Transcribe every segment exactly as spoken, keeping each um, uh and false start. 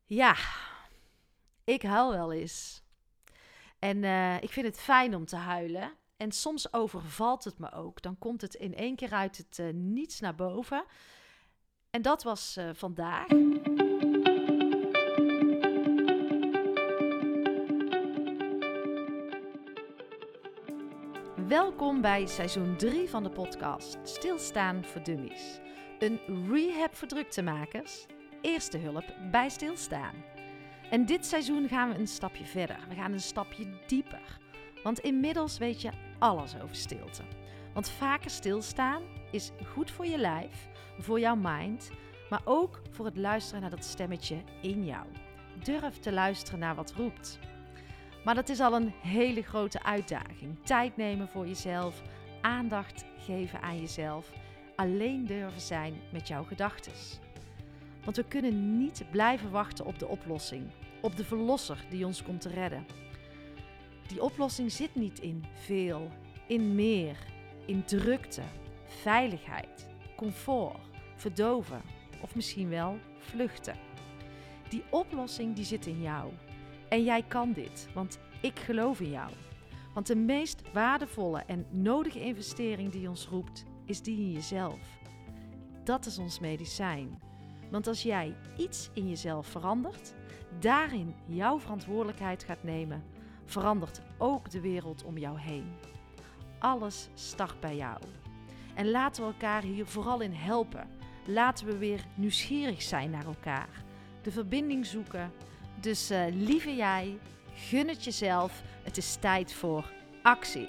Ja, ik huil wel eens. En uh, ik vind het fijn om te huilen. En soms overvalt het me ook. Dan komt het in één keer uit het uh, niets naar boven. En dat was uh, vandaag. Welkom bij seizoen drie van de podcast Stilstaan voor Dummies. Een rehab voor druktemakers. Eerste hulp bij stilstaan. En dit seizoen gaan we een stapje verder. We gaan een stapje dieper. Want inmiddels weet je alles over stilte. Want vaker stilstaan is goed voor je lijf, voor jouw mind, maar ook voor het luisteren naar dat stemmetje in jou. Durf te luisteren naar wat roept. Maar dat is al een hele grote uitdaging. Tijd nemen voor jezelf, aandacht geven aan jezelf, alleen durven zijn met jouw gedachten. Want we kunnen niet blijven wachten op de oplossing, op de verlosser die ons komt te redden. Die oplossing zit niet in veel, in meer, in drukte, veiligheid, comfort, verdoven of misschien wel vluchten. Die oplossing die zit in jou. En jij kan dit, want ik geloof in jou. Want de meest waardevolle en nodige investering die ons roept, is die in jezelf. Dat is ons medicijn. Want als jij iets in jezelf verandert, daarin jouw verantwoordelijkheid gaat nemen, verandert ook de wereld om jou heen. Alles start bij jou. En laten we elkaar hier vooral in helpen. Laten we weer nieuwsgierig zijn naar elkaar. De verbinding zoeken. Dus uh, lieve jij, gun het jezelf. Het is tijd voor actie.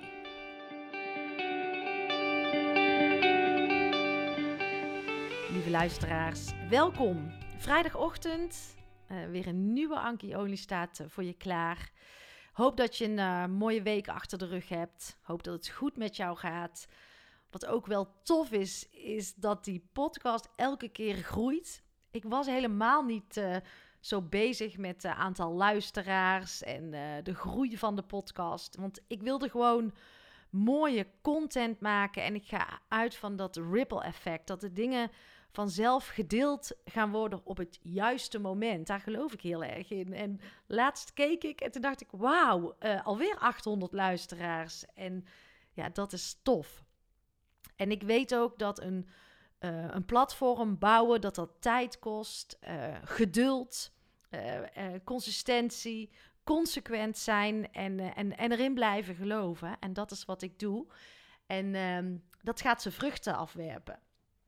Lieve luisteraars, welkom. Vrijdagochtend, uh, weer een nieuwe Ankie Only staat uh, voor je klaar. Hoop dat je een uh, mooie week achter de rug hebt. Hoop dat het goed met jou gaat. Wat ook wel tof is, is dat die podcast elke keer groeit. Ik was helemaal niet uh, zo bezig met het aantal luisteraars en uh, de groei van de podcast. Want ik wilde gewoon mooie content maken en ik ga uit van dat ripple effect. Dat de dingen vanzelf gedeeld gaan worden op het juiste moment. Daar geloof ik heel erg in. En laatst keek ik en toen dacht ik, wauw, uh, alweer achthonderd luisteraars. En ja, dat is tof. En ik weet ook dat een, uh, een platform bouwen, dat dat tijd kost, uh, geduld, uh, uh, consistentie, consequent zijn en, uh, en, en erin blijven geloven. En dat is wat ik doe. En uh, dat gaat zijn vruchten afwerpen.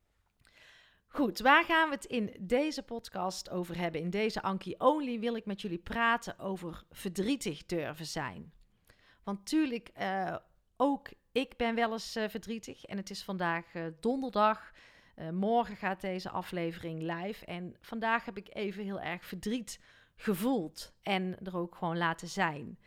Goed, waar gaan we het in deze podcast over hebben? In deze Ankie Only wil ik met jullie praten over verdrietig durven zijn. Want tuurlijk, uh, ook ik ben wel eens uh, verdrietig. En het is vandaag uh, donderdag. Uh, morgen gaat deze aflevering live. En vandaag heb ik even heel erg verdriet gevoeld. En er ook gewoon laten zijn.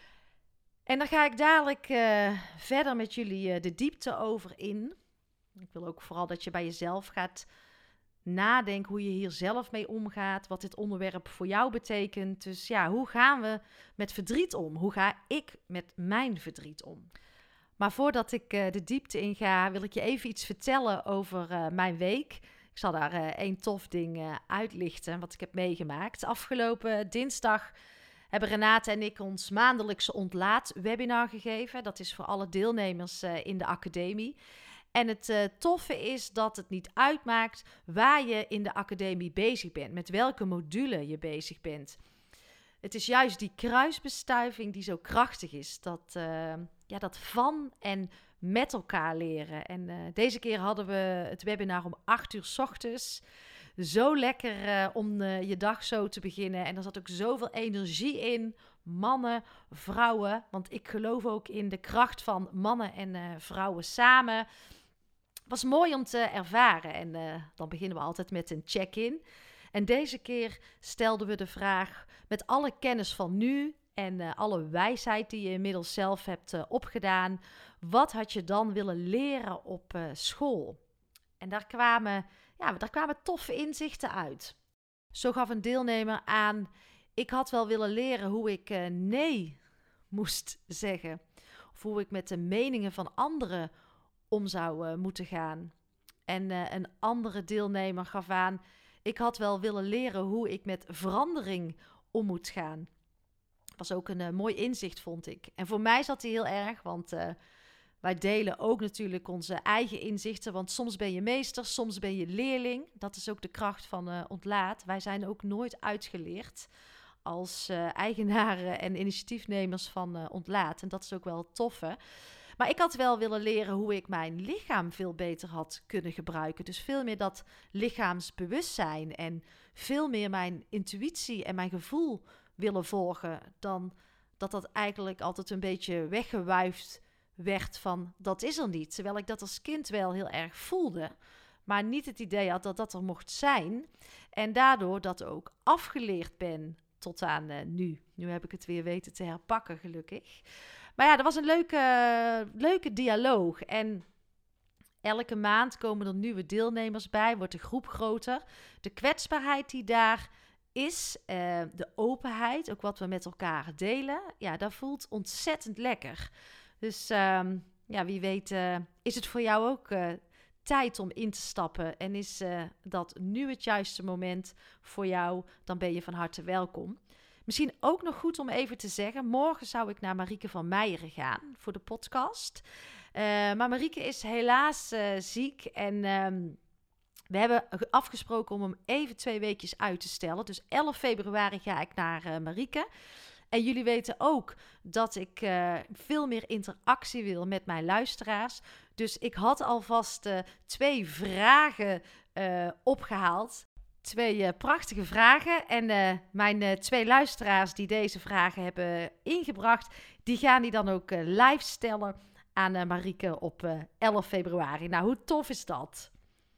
En daar ga ik dadelijk uh, verder met jullie uh, de diepte over in. Ik wil ook vooral dat je bij jezelf gaat nadenken hoe je hier zelf mee omgaat, wat dit onderwerp voor jou betekent. Dus ja, hoe gaan we met verdriet om? Hoe ga ik met mijn verdriet om? Maar voordat ik uh, de diepte in ga, wil ik je even iets vertellen over uh, mijn week. Ik zal daar uh, één tof ding uh, uitlichten wat ik heb meegemaakt. Afgelopen dinsdag hebben Renate en ik ons maandelijkse ontlaat-webinar gegeven. Dat is voor alle deelnemers uh, in de academie. En het uh, toffe is dat het niet uitmaakt waar je in de academie bezig bent, met welke module je bezig bent. Het is juist die kruisbestuiving die zo krachtig is, dat, uh, ja, dat van en met elkaar leren. En uh, deze keer hadden we het webinar om acht uur 's ochtends. Zo lekker uh, om uh, je dag zo te beginnen. En er zat ook zoveel energie in. Mannen, vrouwen. Want ik geloof ook in de kracht van mannen en uh, vrouwen samen. Was mooi om te ervaren. En uh, dan beginnen we altijd met een check-in. En deze keer stelden we de vraag, met alle kennis van nu en uh, alle wijsheid die je inmiddels zelf hebt uh, opgedaan, wat had je dan willen leren op uh, school? En daar kwamen, ja, daar kwamen toffe inzichten uit. Zo gaf een deelnemer aan, ik had wel willen leren hoe ik uh, nee moest zeggen. Of hoe ik met de meningen van anderen om zou uh, moeten gaan. En uh, een andere deelnemer gaf aan, Ik had wel willen leren hoe ik met verandering om moet gaan. Was ook een uh, mooi inzicht, vond ik. En voor mij zat die heel erg, want uh, wij delen ook natuurlijk onze eigen inzichten. Want soms ben je meester, soms ben je leerling. Dat is ook de kracht van uh, Ontlaat. Wij zijn ook nooit uitgeleerd als uh, eigenaren en initiatiefnemers van uh, Ontlaat. En dat is ook wel het toffe. Maar ik had wel willen leren hoe ik mijn lichaam veel beter had kunnen gebruiken. Dus veel meer dat lichaamsbewustzijn en veel meer mijn intuïtie en mijn gevoel willen volgen, dan dat dat eigenlijk altijd een beetje weggewuifd werd van dat is er niet. Terwijl ik dat als kind wel heel erg voelde, maar niet het idee had dat dat er mocht zijn. En daardoor dat ook afgeleerd ben tot aan uh, nu. Nu heb ik het weer weten te herpakken, gelukkig. Maar ja, dat was een leuke, leuke dialoog. En elke maand komen er nieuwe deelnemers bij, wordt de groep groter. De kwetsbaarheid die daar is, uh, de openheid, ook wat we met elkaar delen, ja, dat voelt ontzettend lekker. Dus um, ja, wie weet uh, is het voor jou ook uh, tijd om in te stappen en is uh, dat nu het juiste moment voor jou, dan ben je van harte welkom. Misschien ook nog goed om even te zeggen, morgen zou ik naar Marieke van Meijeren gaan voor de podcast. Uh, maar Marieke is helaas uh, ziek en um, we hebben afgesproken om hem even twee weekjes uit te stellen. Dus elf februari ga ik naar uh, Marieke. En jullie weten ook dat ik uh, veel meer interactie wil met mijn luisteraars. Dus ik had alvast uh, twee vragen uh, opgehaald. Twee uh, prachtige vragen. En uh, mijn uh, twee luisteraars die deze vragen hebben ingebracht, die gaan die dan ook uh, live stellen aan uh, Marieke op uh, elf februari. Nou, hoe tof is dat?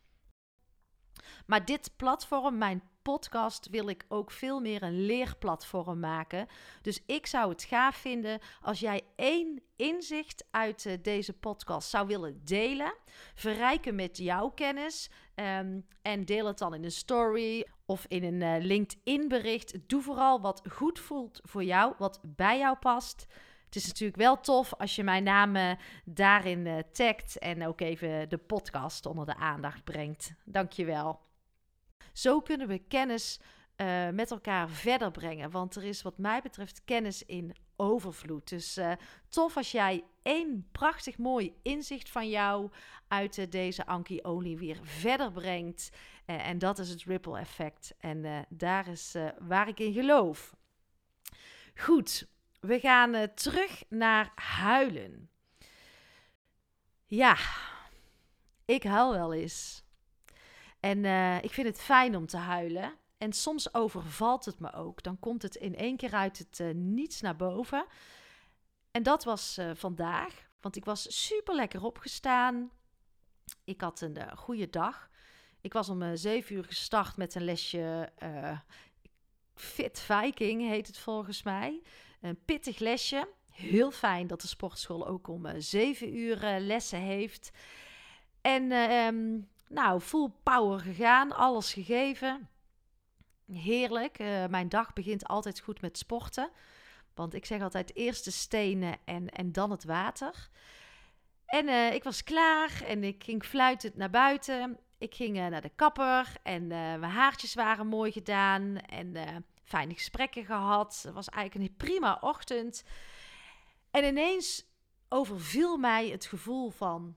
Maar dit platform, mijn podcast, wil ik ook veel meer een leerplatform maken. Dus ik zou het gaaf vinden als jij één inzicht uit uh, deze podcast zou willen delen. Verrijken met jouw kennis. Um, en deel het dan in een story of in een uh, LinkedIn bericht. Doe vooral wat goed voelt voor jou, wat bij jou past. Het is natuurlijk wel tof als je mijn naam uh, daarin uh, tagt en ook even de podcast onder de aandacht brengt. Dankjewel. Zo kunnen we kennis uh, met elkaar verder brengen. Want er is wat mij betreft kennis in overvloed. Dus uh, tof als jij één prachtig mooi inzicht van jou uit uh, deze Anki Only weer verder brengt. Uh, en dat is het ripple effect. En uh, daar is uh, waar ik in geloof. Goed, we gaan uh, terug naar huilen. Ja, ik huil wel eens. En uh, ik vind het fijn om te huilen. En soms overvalt het me ook. Dan komt het in één keer uit het uh, niets naar boven. En dat was uh, vandaag. Want ik was super lekker opgestaan. Ik had een uh, goede dag. Ik was om uh, zeven uur gestart met een lesje uh, Fit Viking, heet het volgens mij. Een pittig lesje. Heel fijn dat de sportschool ook om uh, zeven uur uh, lessen heeft. En uh, um, nou, full power gegaan, alles gegeven. Heerlijk. Uh, mijn dag begint altijd goed met sporten. Want ik zeg altijd eerst de stenen en, en dan het water. En uh, ik was klaar en ik ging fluitend naar buiten. Ik ging uh, naar de kapper en uh, mijn haartjes waren mooi gedaan. En uh, fijne gesprekken gehad. Het was eigenlijk een prima ochtend. En ineens overviel mij het gevoel van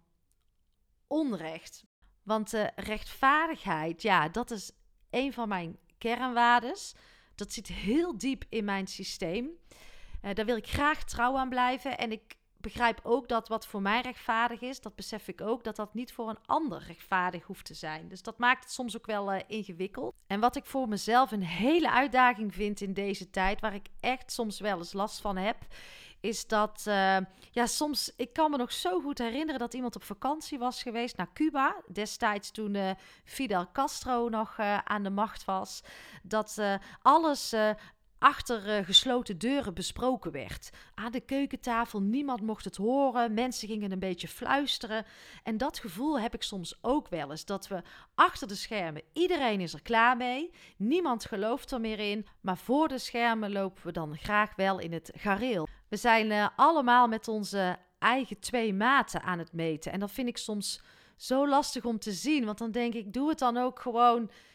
onrecht. Want uh, rechtvaardigheid, ja, dat is een van mijn kernwaardes. Dat zit heel diep in mijn systeem. Uh, daar wil ik graag trouw aan blijven. En ik begrijp ook dat wat voor mij rechtvaardig is, dat besef ik ook, dat dat niet voor een ander rechtvaardig hoeft te zijn. Dus dat maakt het soms ook wel uh, ingewikkeld. En wat ik voor mezelf een hele uitdaging vind in deze tijd, waar ik echt soms wel eens last van heb, is dat, uh, ja, soms, ik kan me nog zo goed herinneren dat iemand op vakantie was geweest naar Cuba. Destijds toen uh, Fidel Castro nog uh, aan de macht was. Dat uh, alles uh, achter uh, gesloten deuren besproken werd. Aan de keukentafel, niemand mocht het horen. Mensen gingen een beetje fluisteren. En dat gevoel heb ik soms ook wel eens. Dat we achter de schermen, iedereen is er klaar mee. Niemand gelooft er meer in. Maar voor de schermen lopen we dan graag wel in het gareel. We zijn uh, allemaal met onze eigen twee maten aan het meten. En dat vind ik soms zo lastig om te zien. Want dan denk ik, doe het dan ook gewoon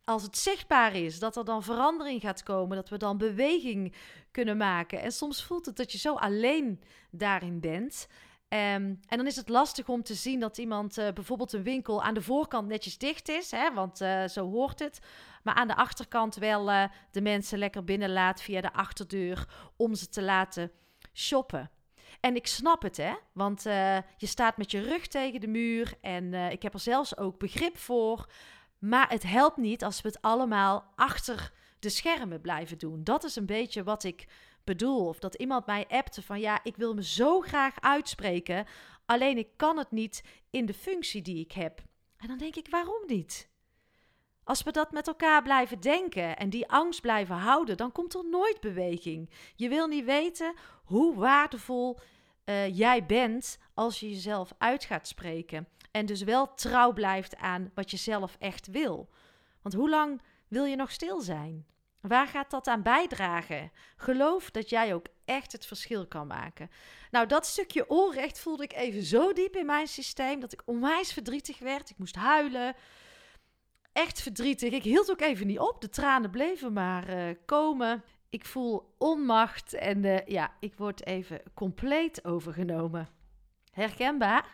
als het zichtbaar is, dat er dan verandering gaat komen, dat we dan beweging kunnen maken. En soms voelt het dat je zo alleen daarin bent. Um, en dan is het lastig om te zien dat iemand uh, bijvoorbeeld een winkel aan de voorkant netjes dicht is, hè, want uh, zo hoort het. Maar aan de achterkant wel uh, de mensen lekker binnenlaat via de achterdeur om ze te laten shoppen. En ik snap het, hè, want uh, je staat met je rug tegen de muur en uh, ik heb er zelfs ook begrip voor. Maar het helpt niet als we het allemaal achter de schermen blijven doen. Dat is een beetje wat ik bedoel. Of dat iemand mij appte van ja, ik wil me zo graag uitspreken. Alleen ik kan het niet in de functie die ik heb. En dan denk ik, waarom niet? Als we dat met elkaar blijven denken en die angst blijven houden, dan komt er nooit beweging. Je wil niet weten hoe waardevol uh, jij bent als je jezelf uit gaat spreken. En dus wel trouw blijft aan wat je zelf echt wil. Want hoe lang wil je nog stil zijn? Waar gaat dat aan bijdragen? Geloof dat jij ook echt het verschil kan maken. Nou, dat stukje onrecht voelde ik even zo diep in mijn systeem dat ik onwijs verdrietig werd. Ik moest huilen. Echt verdrietig. Ik hield ook even niet op. De tranen bleven maar uh, komen. Ik voel onmacht en uh, ja, ik word even compleet overgenomen. Herkenbaar?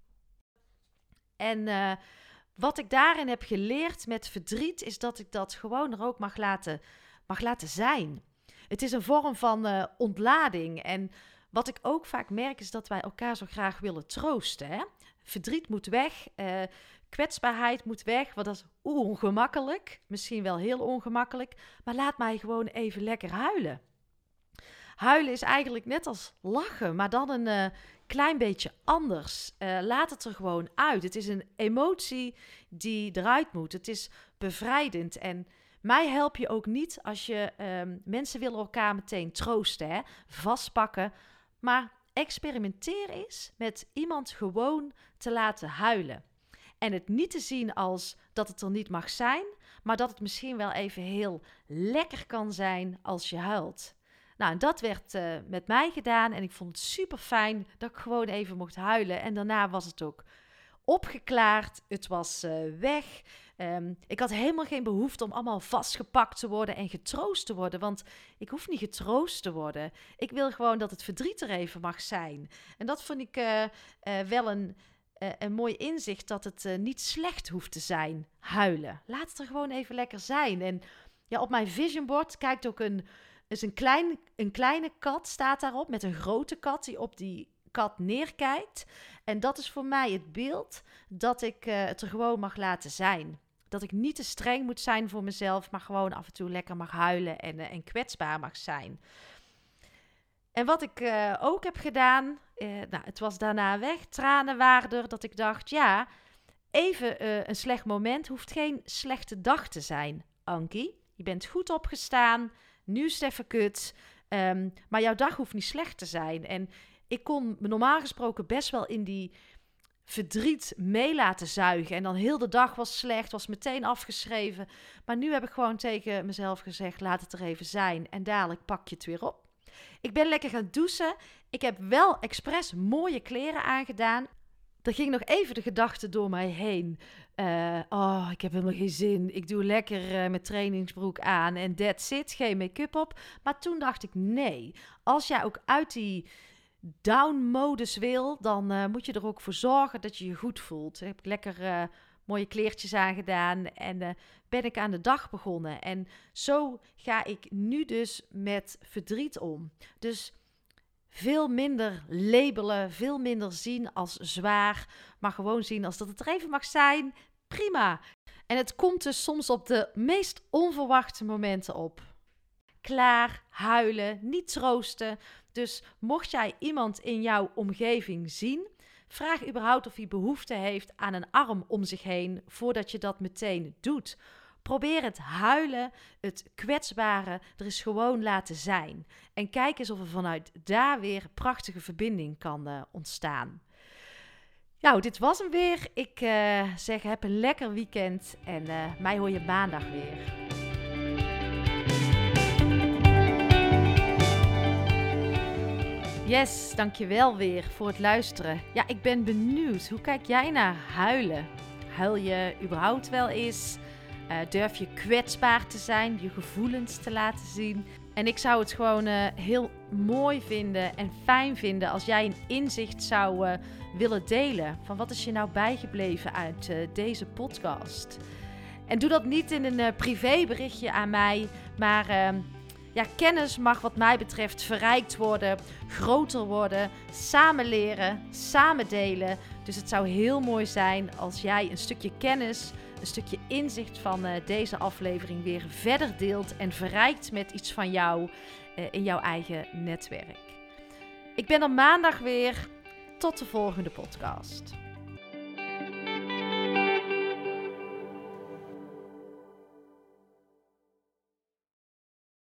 En uh, wat ik daarin heb geleerd met verdriet is dat ik dat gewoon er ook mag laten, mag laten zijn. Het is een vorm van uh, ontlading. En wat ik ook vaak merk is dat wij elkaar zo graag willen troosten. Hè? Verdriet moet weg, uh, kwetsbaarheid moet weg, want dat is ongemakkelijk. Misschien wel heel ongemakkelijk, maar laat mij gewoon even lekker huilen. Huilen is eigenlijk net als lachen, maar dan een uh, klein beetje anders. Uh, laat het er gewoon uit. Het is een emotie die eruit moet. Het is bevrijdend. En mij help je ook niet als je... Um, mensen willen elkaar meteen troosten, hè? Vastpakken. Maar experimenteer eens met iemand gewoon te laten huilen. En het niet te zien als dat het er niet mag zijn, maar dat het misschien wel even heel lekker kan zijn als je huilt. Nou, en dat werd uh, met mij gedaan en ik vond het super fijn dat ik gewoon even mocht huilen. En daarna was het ook opgeklaard, het was uh, weg. Um, ik had helemaal geen behoefte om allemaal vastgepakt te worden en getroost te worden, want ik hoef niet getroost te worden. Ik wil gewoon dat het verdriet er even mag zijn. En dat vond ik uh, uh, wel een, uh, een mooi inzicht, dat het uh, niet slecht hoeft te zijn, huilen. Laat het er gewoon even lekker zijn. En ja, op mijn vision board kijkt ook een... Dus een, klein, een kleine kat staat daarop met een grote kat die op die kat neerkijkt. En dat is voor mij het beeld dat ik uh, het er gewoon mag laten zijn. Dat ik niet te streng moet zijn voor mezelf, maar gewoon af en toe lekker mag huilen en, uh, en kwetsbaar mag zijn. En wat ik uh, ook heb gedaan, uh, nou, het was daarna weg, tranen waren er, dat ik dacht, ja, even uh, een slecht moment hoeft geen slechte dag te zijn, Ankie. Je bent goed opgestaan. Nu is het even kut, um, maar jouw dag hoeft niet slecht te zijn. En ik kon me normaal gesproken best wel in die verdriet mee laten zuigen. En dan heel de dag was slecht, was meteen afgeschreven. Maar nu heb ik gewoon tegen mezelf gezegd, laat het er even zijn. En dadelijk pak je het weer op. Ik ben lekker gaan douchen. Ik heb wel expres mooie kleren aangedaan. Er ging nog even de gedachte door mij heen. Uh, oh, ik heb helemaal geen zin. Ik doe lekker uh, mijn trainingsbroek aan en that's it. Geen make-up op. Maar toen dacht ik, nee. Als jij ook uit die down-modus wil, dan uh, moet je er ook voor zorgen dat je je goed voelt. Ik heb lekker uh, mooie kleertjes aangedaan en uh, ben ik aan de dag begonnen. En zo ga ik nu dus met verdriet om. Dus veel minder labelen, veel minder zien als zwaar, maar gewoon zien als dat het er even mag zijn. Prima. En het komt dus soms op de meest onverwachte momenten op. Klaar, huilen, niet troosten. Dus mocht jij iemand in jouw omgeving zien, vraag überhaupt of hij behoefte heeft aan een arm om zich heen voordat je dat meteen doet. Probeer het huilen, het kwetsbare, er is gewoon laten zijn. En kijk eens of er vanuit daar weer prachtige verbinding kan uh, ontstaan. Nou, dit was hem weer. Ik uh, zeg, heb een lekker weekend en uh, mij hoor je maandag weer. Yes, dankjewel weer voor het luisteren. Ja, ik ben benieuwd. Hoe kijk jij naar huilen? Huil je überhaupt wel eens? Uh, durf je kwetsbaar te zijn, je gevoelens te laten zien. En ik zou het gewoon uh, heel mooi vinden en fijn vinden als jij een inzicht zou uh, willen delen. Van wat is je nou bijgebleven uit uh, deze podcast? En doe dat niet in een uh, privéberichtje aan mij, maar uh, ja, kennis mag wat mij betreft verrijkt worden, groter worden, samen leren, samen delen. Dus het zou heel mooi zijn als jij een stukje kennis, een stukje inzicht van uh, deze aflevering weer verder deelt en verrijkt met iets van jou uh, in jouw eigen netwerk. Ik ben er maandag weer. Tot de volgende podcast.